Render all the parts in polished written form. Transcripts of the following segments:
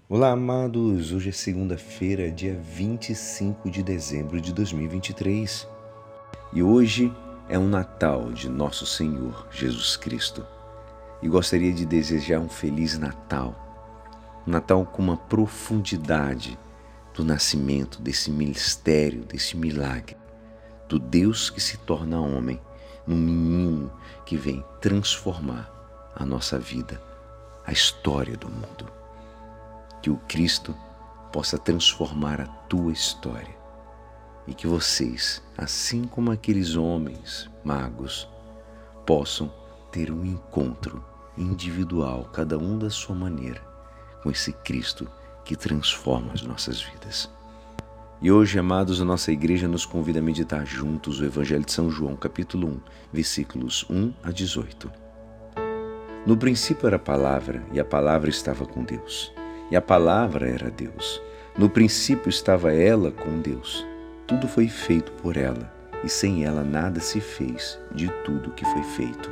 Olá, amados! Hoje é segunda-feira, dia 25 de dezembro de 2023. E hoje é um Natal de Nosso Senhor Jesus Cristo. E gostaria de desejar um Feliz Natal. Um Natal com uma profundidade do nascimento, desse mistério, desse milagre. Do Deus que se torna homem, num menino que vem transformar a nossa vida, a história do mundo. Que o Cristo possa transformar a tua história e que vocês, assim como aqueles homens magos, possam ter um encontro individual, cada um da sua maneira, com esse Cristo que transforma as nossas vidas. E hoje, amados, a nossa igreja nos convida a meditar juntos o Evangelho de São João, capítulo 1, versículos 1 a 18. No princípio era a palavra, e a palavra estava com Deus. E a palavra era Deus. No princípio estava ela com Deus. Tudo foi feito por ela, e sem ela nada se fez de tudo que foi feito.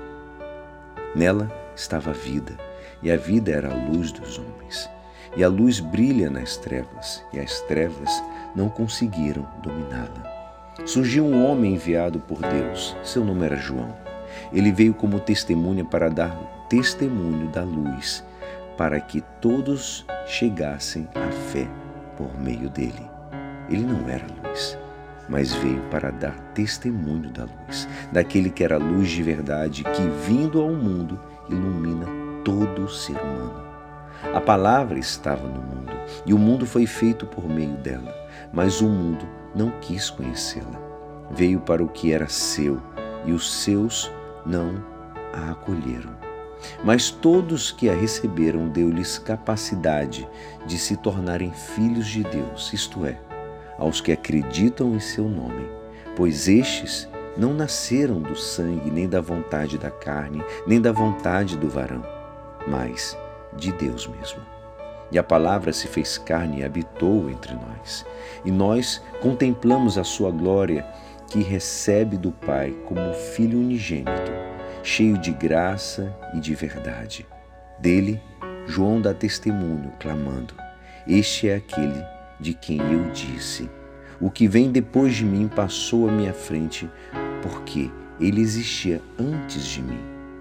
Nela estava a vida, e a vida era a luz dos homens. E a luz brilha nas trevas, e as trevas não conseguiram dominá-la. Surgiu um homem enviado por Deus, seu nome era João. Ele veio como testemunha para dar testemunho da luz, para que todos chegassem à fé por meio dele. Ele não era luz, mas veio para dar testemunho da luz, daquele que era luz de verdade, que vindo ao mundo ilumina todo o ser humano. A palavra estava no mundo, e o mundo foi feito por meio dela, mas o mundo não quis conhecê-la. Veio para o que era seu, e os seus não a acolheram. Mas todos que a receberam deu-lhes capacidade de se tornarem filhos de Deus, isto é, aos que acreditam em seu nome, pois estes não nasceram do sangue, nem da vontade da carne, nem da vontade do varão, mas de Deus mesmo. E a palavra se fez carne e habitou entre nós, e nós contemplamos a sua glória, que recebe do Pai como Filho unigênito, cheio de graça e de verdade. Dele, João dá testemunho, clamando: Este é aquele de quem eu disse: O que vem depois de mim passou à minha frente, porque ele existia antes de mim.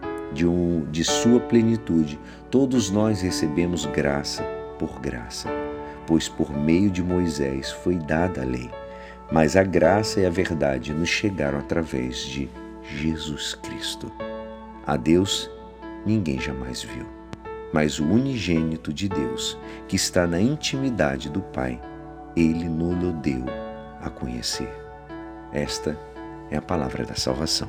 De sua plenitude, todos nós recebemos graça por graça, pois por meio de Moisés foi dada a lei, mas a graça e a verdade nos chegaram através de Jesus Cristo. A Deus ninguém jamais viu, mas o unigênito de Deus, que está na intimidade do Pai, Ele nos deu a conhecer. Esta é a palavra da salvação.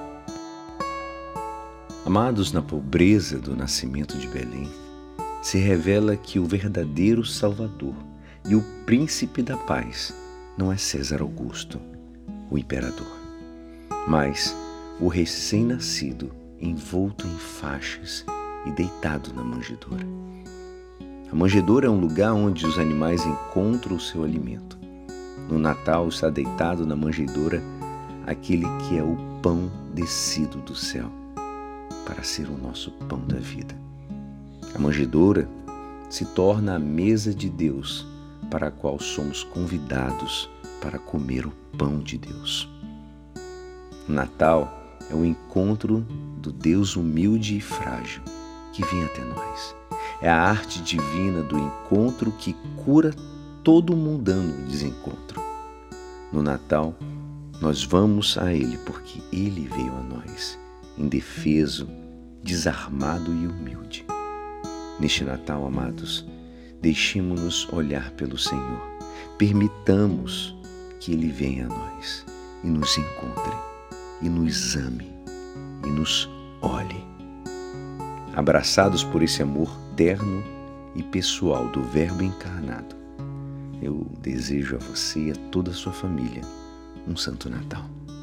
Amados, na pobreza do nascimento de Belém, se revela que o verdadeiro Salvador e o príncipe da paz não é César Augusto, o imperador, mas o recém-nascido envolto em faixas e deitado na manjedoura. A manjedoura é um lugar onde os animais encontram o seu alimento. No Natal está deitado na manjedoura aquele que é o pão descido do céu, para ser o nosso pão da vida. A manjedoura se torna a mesa de Deus, para a qual somos convidados para comer o pão de Deus. O Natal é o encontro do Deus humilde e frágil que vem até nós. É a arte divina do encontro que cura todo mundano desencontro. No Natal, nós vamos a Ele porque Ele veio a nós, indefeso, desarmado e humilde. Neste Natal, amados, deixemos-nos olhar pelo Senhor. Permitamos que Ele venha a nós e nos encontre, e nos ame, e nos olhe. Abraçados por esse amor terno e pessoal do Verbo encarnado, eu desejo a você e a toda a sua família um Santo Natal.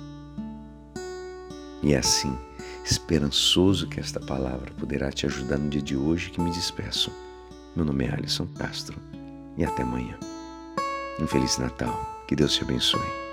E é assim, esperançoso que esta palavra poderá te ajudar no dia de hoje, que me despeço. Meu nome é Alisson Castro e até amanhã. Um Feliz Natal. Que Deus te abençoe.